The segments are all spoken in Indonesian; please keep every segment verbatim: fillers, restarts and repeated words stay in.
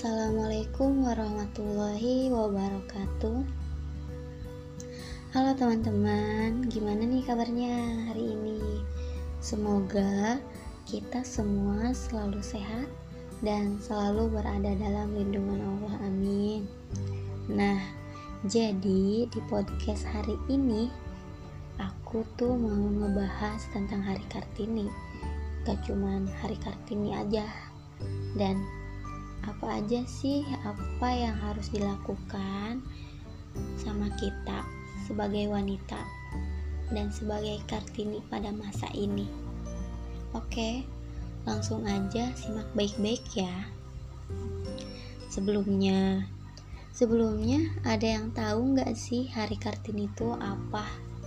Assalamualaikum warahmatullahi wabarakatuh. Halo teman-teman, gimana nih kabarnya hari ini? Semoga kita semua selalu sehat dan selalu berada dalam lindungan Allah, amin. Nah, jadi di podcast hari ini aku tuh mau ngebahas tentang Hari Kartini. Gak cuman Hari Kartini aja, dan apa aja sih apa yang harus dilakukan sama kita sebagai wanita dan sebagai Kartini pada masa ini. Oke, langsung aja simak baik-baik ya. Sebelumnya Sebelumnya ada yang tahu nggak sih Hari Kartini itu apa?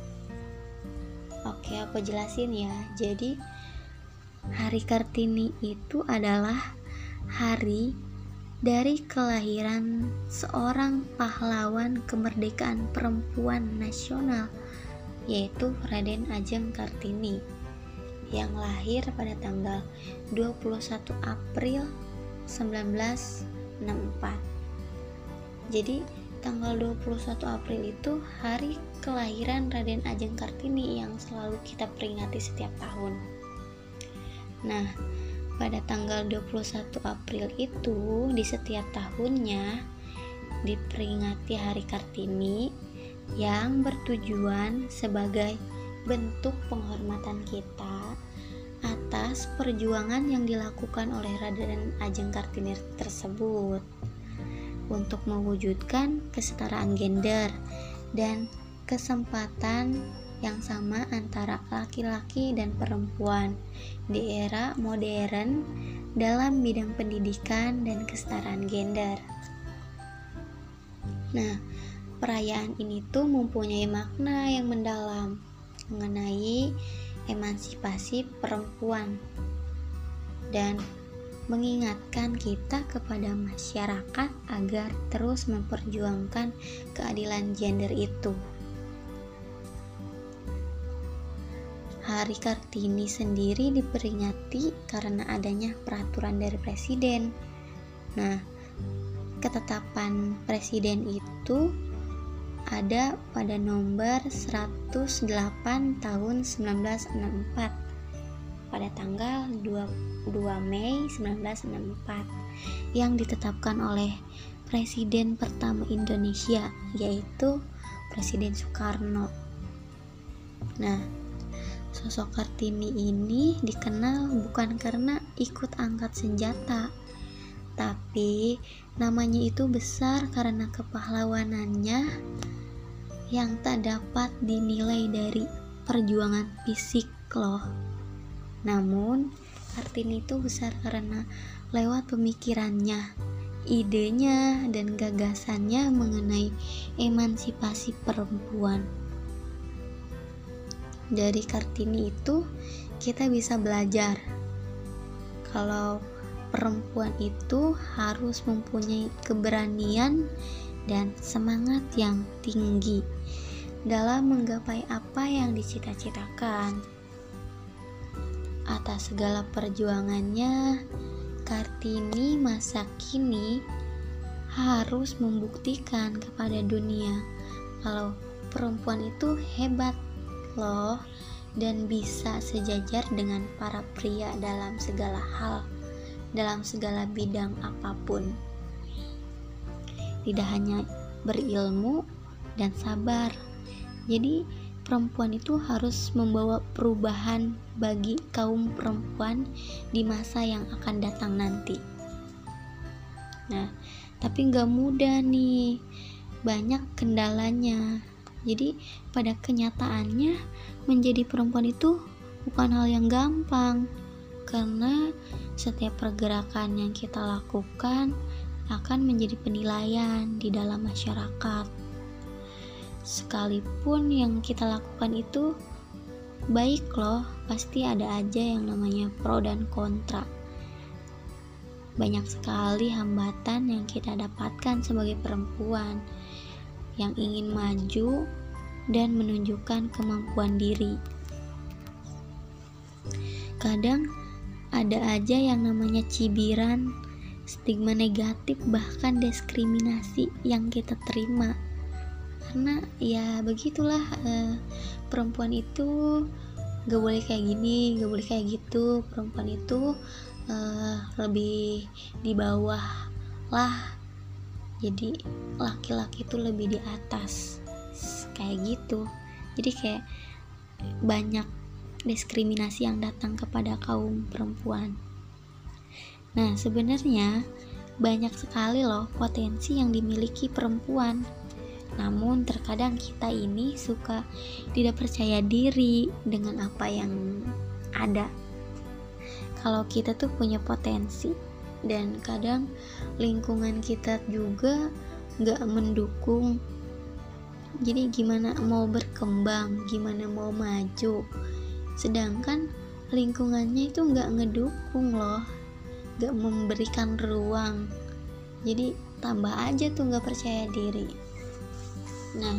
Oke, aku jelasin ya. Jadi Hari Kartini itu adalah hari dari kelahiran seorang pahlawan kemerdekaan perempuan nasional, yaitu Raden Ajeng Kartini, yang lahir pada tanggal dua puluh satu April seribu sembilan ratus enam puluh empat. Jadi tanggal dua puluh satu April itu hari kelahiran Raden Ajeng Kartini yang selalu kita peringati setiap tahun. Nah, pada tanggal dua puluh satu April itu di setiap tahunnya diperingati Hari Kartini yang bertujuan sebagai bentuk penghormatan kita atas perjuangan yang dilakukan oleh Raden Ajeng Kartini tersebut untuk mewujudkan kesetaraan gender dan kesempatan yang sama antara laki-laki dan perempuan di era modern dalam bidang pendidikan dan kesetaraan gender. Nah, perayaan ini tuh mempunyai makna yang mendalam mengenai emansipasi perempuan dan mengingatkan kita kepada masyarakat agar terus memperjuangkan keadilan gender itu. Hari Kartini sendiri diperingati karena adanya peraturan dari presiden. Nah, ketetapan presiden itu ada pada nomor seratus delapan tahun seribu sembilan ratus enam puluh empat pada tanggal dua puluh dua Mei seribu sembilan ratus enam puluh empat yang ditetapkan oleh presiden pertama Indonesia, yaitu Presiden Soekarno. Nah, sosok Kartini ini dikenal bukan karena ikut angkat senjata, tapi namanya itu besar karena kepahlawanannya yang tak dapat dinilai dari perjuangan fisik loh. Namun Kartini itu besar karena lewat pemikirannya, idenya, dan gagasannya mengenai emansipasi perempuan. Dari Kartini itu kita bisa belajar kalau perempuan itu harus mempunyai keberanian dan semangat yang tinggi dalam menggapai apa yang dicita-citakan. Atas segala perjuangannya, Kartini masa kini harus membuktikan kepada dunia kalau perempuan itu hebat loh dan bisa sejajar dengan para pria dalam segala hal, dalam segala bidang apapun. Tidak hanya berilmu dan sabar. Jadi perempuan itu harus membawa perubahan bagi kaum perempuan di masa yang akan datang nanti. Nah, tapi gak mudah nih, banyak kendalanya. Jadi pada kenyataannya menjadi perempuan itu bukan hal yang gampang, karena setiap pergerakan yang kita lakukan akan menjadi penilaian di dalam masyarakat. Sekalipun yang kita lakukan itu baik loh, pasti ada aja yang namanya pro dan kontra. Banyak sekali hambatan yang kita dapatkan sebagai perempuan yang ingin maju dan menunjukkan kemampuan diri. Kadang ada aja yang namanya cibiran stigma negatif bahkan diskriminasi yang kita terima. Karena ya begitulah, eh, perempuan itu gak boleh kayak gini, gak boleh kayak gitu, perempuan itu eh, lebih di bawah lah, jadi laki-laki itu lebih di atas, kayak gitu. Jadi kayak banyak diskriminasi yang datang kepada kaum perempuan. Nah, sebenarnya banyak sekali loh potensi yang dimiliki perempuan. Namun terkadang kita ini suka tidak percaya diri dengan apa yang ada. Kalau kita tuh punya potensi, dan kadang lingkungan kita juga gak mendukung. Jadi gimana mau berkembang, gimana mau maju, sedangkan lingkungannya itu gak ngedukung loh, gak memberikan ruang. Jadi tambah aja tuh gak percaya diri. Nah,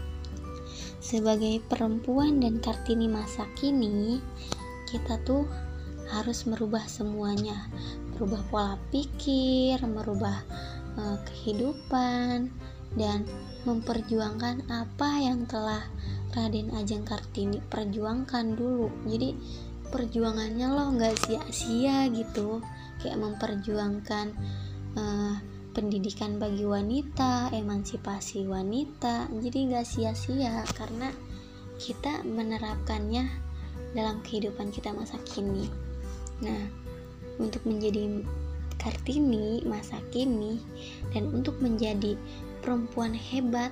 sebagai perempuan dan Kartini masa kini, kita tuh harus merubah semuanya, merubah pola pikir, merubah uh, kehidupan, dan memperjuangkan apa yang telah Raden Ajeng Kartini perjuangkan dulu. Jadi perjuangannya loh nggak sia-sia gitu, kayak memperjuangkan uh, pendidikan bagi wanita, emansipasi wanita, jadi nggak sia-sia karena kita menerapkannya dalam kehidupan kita masa kini. Nah, untuk menjadi Kartini masa kini dan untuk menjadi perempuan hebat,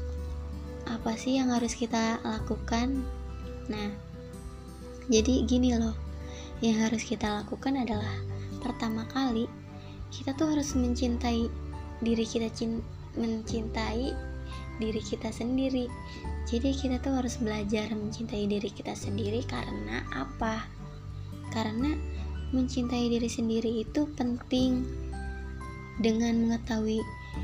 apa sih yang harus kita lakukan? Nah, jadi gini loh, yang harus kita lakukan adalah pertama kali kita tuh harus mencintai diri kita, cin- mencintai diri kita sendiri. Jadi kita tuh harus belajar mencintai diri kita sendiri. Karena apa? Karena mencintai diri sendiri itu penting. Dengan mengetahui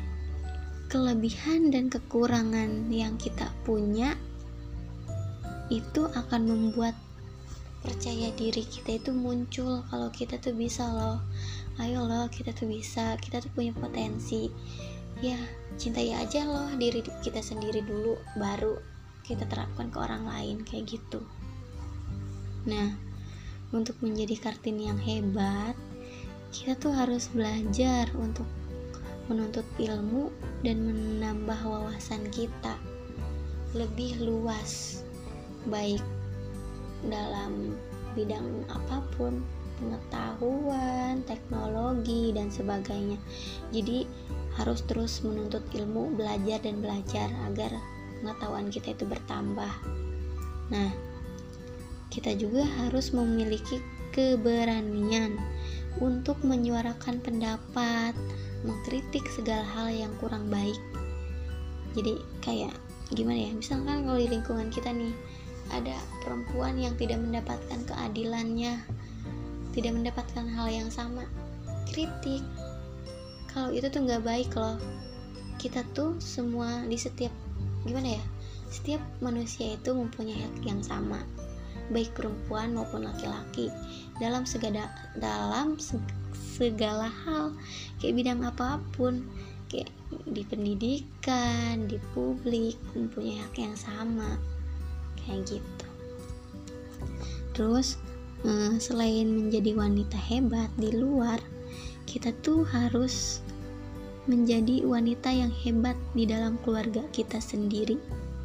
kelebihan dan kekurangan yang kita punya, itu akan membuat percaya diri kita itu muncul. Kalau kita tuh bisa loh, ayo loh, kita tuh bisa, kita tuh punya potensi. Ya, cintai aja loh diri kita sendiri dulu, baru kita terapkan ke orang lain, kayak gitu. Nah, untuk menjadi Kartini yang hebat, kita tuh harus belajar untuk menuntut ilmu dan menambah wawasan kita lebih luas, baik dalam bidang apapun, pengetahuan, teknologi, dan sebagainya. Jadi harus terus menuntut ilmu, belajar dan belajar agar pengetahuan kita itu bertambah. Nah, kita juga harus memiliki keberanian untuk menyuarakan pendapat, mengkritik segala hal yang kurang baik. Jadi kayak gimana ya, misalkan kalau di lingkungan kita nih ada perempuan yang tidak mendapatkan keadilannya, tidak mendapatkan hal yang sama, kritik. Kalau itu tuh gak baik loh. Kita tuh semua di setiap gimana ya, setiap manusia itu mempunyai hak yang sama, baik perempuan maupun laki-laki, dalam segala dalam segala hal, kayak bidang apapun, kayak di pendidikan, di publik, mempunyai hak yang sama, kayak gitu. Terus eh, selain menjadi wanita hebat di luar, kita tuh harus menjadi wanita yang hebat di dalam keluarga kita sendiri.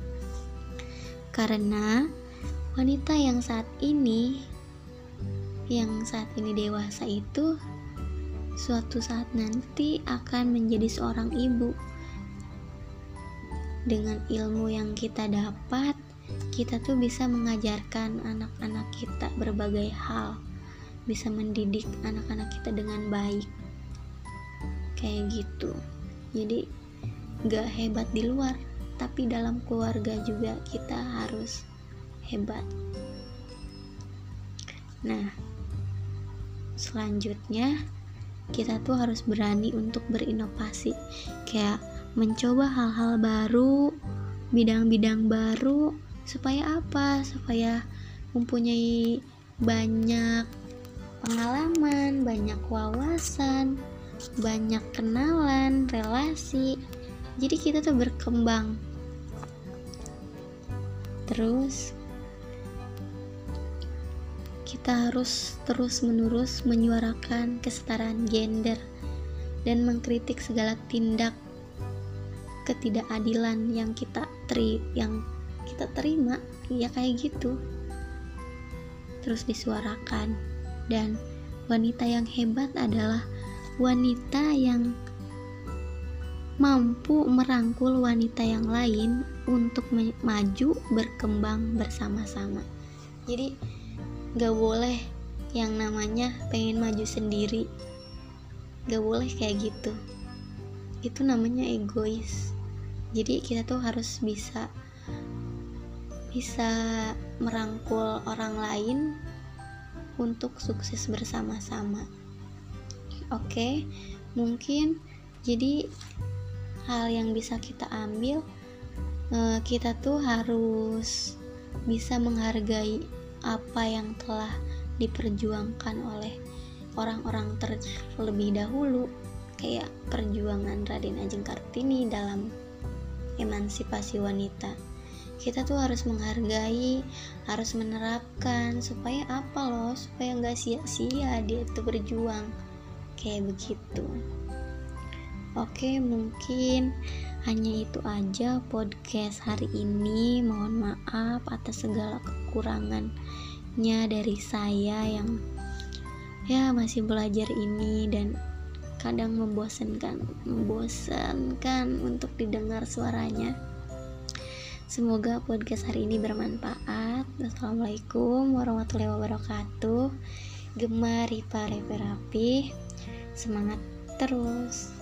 Karena wanita yang saat ini yang saat ini dewasa itu suatu saat nanti akan menjadi seorang ibu. Dengan ilmu yang kita dapat, kita tuh bisa mengajarkan anak-anak kita berbagai hal, bisa mendidik anak-anak kita dengan baik, kayak gitu. Jadi gak hebat di luar, tapi dalam keluarga juga kita harus hebat. Nah, selanjutnya kita tuh harus berani untuk berinovasi, kayak mencoba hal-hal baru, bidang-bidang baru. Supaya apa? Supaya mempunyai banyak pengalaman, banyak wawasan, banyak kenalan, relasi. Jadi kita tuh berkembang. Terus kita harus terus-menerus menyuarakan kesetaraan gender dan mengkritik segala tindak ketidakadilan yang kita teri yang kita terima, ya kayak gitu. Terus disuarakan. Dan wanita yang hebat adalah wanita yang mampu merangkul wanita yang lain untuk maju berkembang bersama-sama. Jadi gak boleh yang namanya pengen maju sendiri, gak boleh kayak gitu, itu namanya egois. Jadi kita tuh harus bisa bisa merangkul orang lain untuk sukses bersama-sama. Oke, mungkin jadi hal yang bisa kita ambil, eh, kita tuh harus bisa menghargai apa yang telah diperjuangkan oleh orang-orang terlebih dahulu, kayak perjuangan Raden Ajeng Kartini dalam emansipasi wanita. Kita tuh harus menghargai, harus menerapkan, supaya apa loh, supaya nggak sia-sia dia tuh berjuang, kayak begitu. Oke, mungkin hanya itu aja podcast hari ini. Mohon maaf atas segala kekurangannya dari saya yang ya masih belajar ini dan kadang membosankan, membosankan untuk didengar suaranya. Semoga podcast hari ini bermanfaat. Wassalamualaikum warahmatullahi wabarakatuh. Gemar Ripa Rapi, semangat terus.